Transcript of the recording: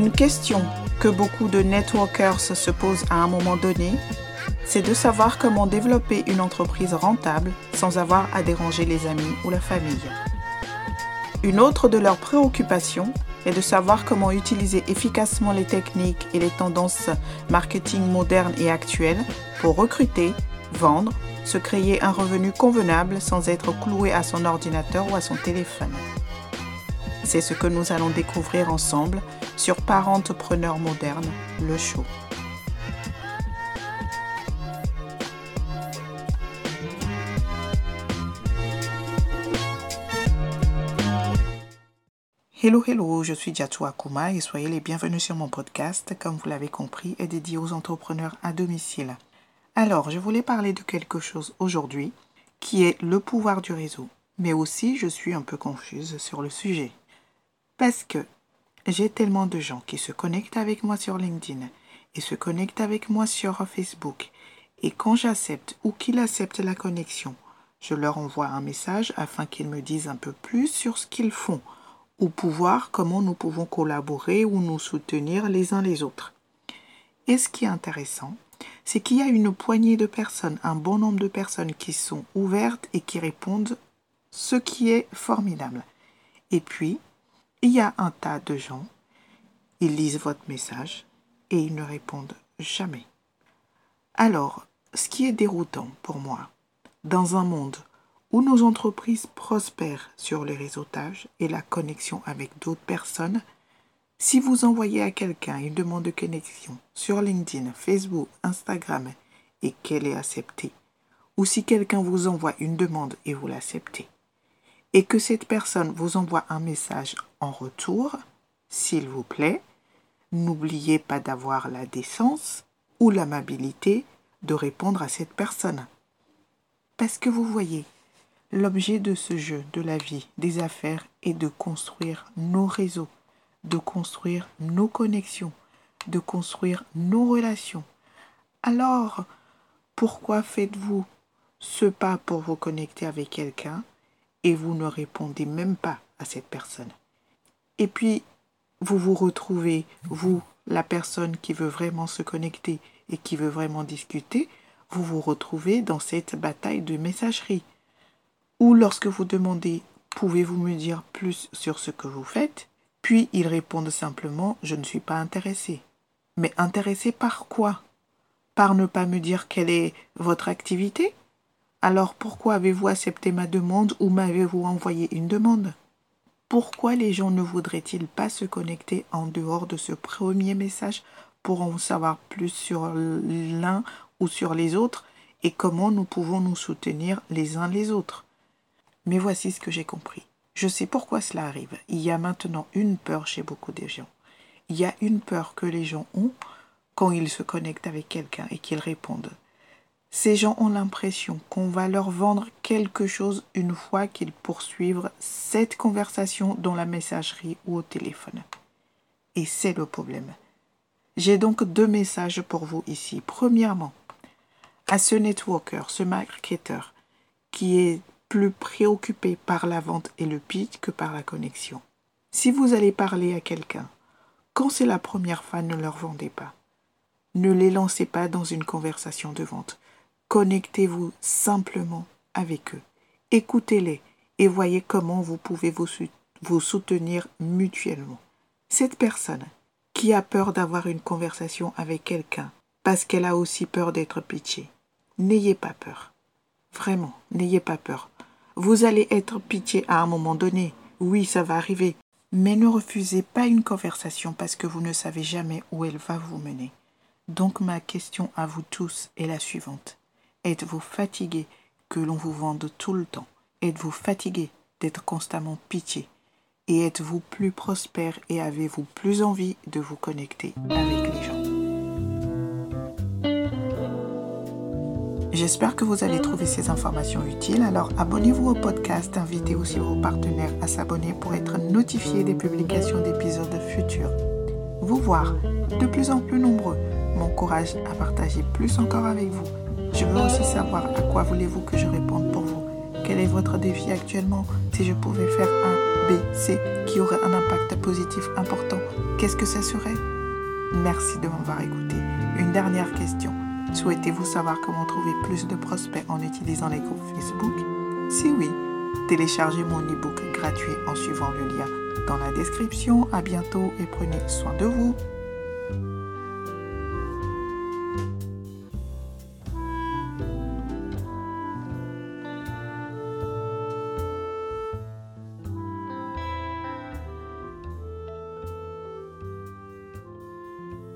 Une question que beaucoup de networkers se posent à un moment donné, c'est de savoir comment développer une entreprise rentable sans avoir à déranger les amis ou la famille. Une autre de leurs préoccupations est de savoir comment utiliser efficacement les techniques et les tendances marketing modernes et actuelles pour recruter, vendre, se créer un revenu convenable sans être cloué à son ordinateur ou à son téléphone. C'est ce que nous allons découvrir ensemble sur Parentpreneur Moderne, le show. Hello, je suis Diatou Akuma et soyez les bienvenus sur mon podcast, comme vous l'avez compris, est dédié aux entrepreneurs à domicile. Alors, je voulais parler de quelque chose aujourd'hui, qui est le pouvoir du réseau. Mais aussi, je suis un peu confuse sur le sujet. Parce que j'ai tellement de gens qui se connectent avec moi sur LinkedIn et se connectent avec moi sur Facebook. Et quand j'accepte ou qu'ils acceptent la connexion, je leur envoie un message afin qu'ils me disent un peu plus sur ce qu'ils font ou comment nous pouvons collaborer ou nous soutenir les uns les autres. Et ce qui est intéressant, c'est qu'il y a une poignée de personnes, un bon nombre de personnes qui sont ouvertes et qui répondent, ce qui est formidable. Et puis, il y a un tas de gens, ils lisent votre message et ils ne répondent jamais. Alors, ce qui est déroutant pour moi, dans un monde où nos entreprises prospèrent sur les réseautages et la connexion avec d'autres personnes, si vous envoyez à quelqu'un une demande de connexion sur LinkedIn, Facebook, Instagram et qu'elle est acceptée, ou si quelqu'un vous envoie une demande et vous l'acceptez, et que cette personne vous envoie un message en retour, s'il vous plaît, n'oubliez pas d'avoir la décence ou l'amabilité de répondre à cette personne. Parce que vous voyez, l'objet de ce jeu, de la vie, des affaires, est de construire nos réseaux, de construire nos connexions, de construire nos relations. Alors, pourquoi faites-vous ce pas pour vous connecter avec quelqu'un et vous ne répondez même pas à cette personne? Et puis, vous vous retrouvez, vous, la personne qui veut vraiment se connecter et qui veut vraiment discuter, vous vous retrouvez dans cette bataille de messagerie. Ou lorsque vous demandez « Pouvez-vous me dire plus sur ce que vous faites ?» Puis ils répondent simplement « Je ne suis pas intéressé ». Mais intéressé par quoi? Par ne pas me dire quelle est votre activité? Alors pourquoi avez-vous accepté ma demande ou m'avez-vous envoyé une demande? Pourquoi les gens ne voudraient-ils pas se connecter en dehors de ce premier message pour en savoir plus sur l'un ou sur les autres et comment nous pouvons nous soutenir les uns les autres? Mais voici ce que j'ai compris. Je sais pourquoi cela arrive. Il y a maintenant une peur chez beaucoup de gens. Il y a une peur que les gens ont quand ils se connectent avec quelqu'un et qu'ils répondent. Ces gens ont l'impression qu'on va leur vendre quelque chose une fois qu'ils poursuivent cette conversation dans la messagerie ou au téléphone. Et c'est le problème. J'ai donc 2 messages pour vous ici. Premièrement, à ce networker, ce marketeur qui est plus préoccupé par la vente et le pitch que par la connexion. Si vous allez parler à quelqu'un, quand c'est la première fois, ne leur vendez pas. Ne les lancez pas dans une conversation de vente. Connectez-vous simplement avec eux. Écoutez-les et voyez comment vous pouvez vous soutenir mutuellement. Cette personne qui a peur d'avoir une conversation avec quelqu'un parce qu'elle a aussi peur d'être pitchée, n'ayez pas peur. Vraiment, n'ayez pas peur. Vous allez être pitché à un moment donné. Oui, ça va arriver. Mais ne refusez pas une conversation parce que vous ne savez jamais où elle va vous mener. Donc ma question à vous tous est la suivante. Êtes-vous fatigué que l'on vous vende tout le temps? Êtes-vous fatigué d'être constamment pitché? Et êtes-vous plus prospère et avez-vous plus envie de vous connecter avec les gens? J'espère que vous allez trouver ces informations utiles. Alors abonnez-vous au podcast, invitez aussi vos partenaires à s'abonner pour être notifiés des publications d'épisodes futurs. Vous voir de plus en plus nombreux m'encourage à partager plus encore avec vous. Je veux aussi savoir à quoi voulez-vous que je réponde pour vous. Quel est votre défi actuellement? Si je pouvais faire un B, C, qui aurait un impact positif important, qu'est-ce que ça serait? Merci de m'avoir écouté. Une dernière question. Souhaitez-vous savoir comment trouver plus de prospects en utilisant les groupes Facebook? Si oui, téléchargez mon e-book gratuit en suivant le lien dans la description. À bientôt et prenez soin de vous.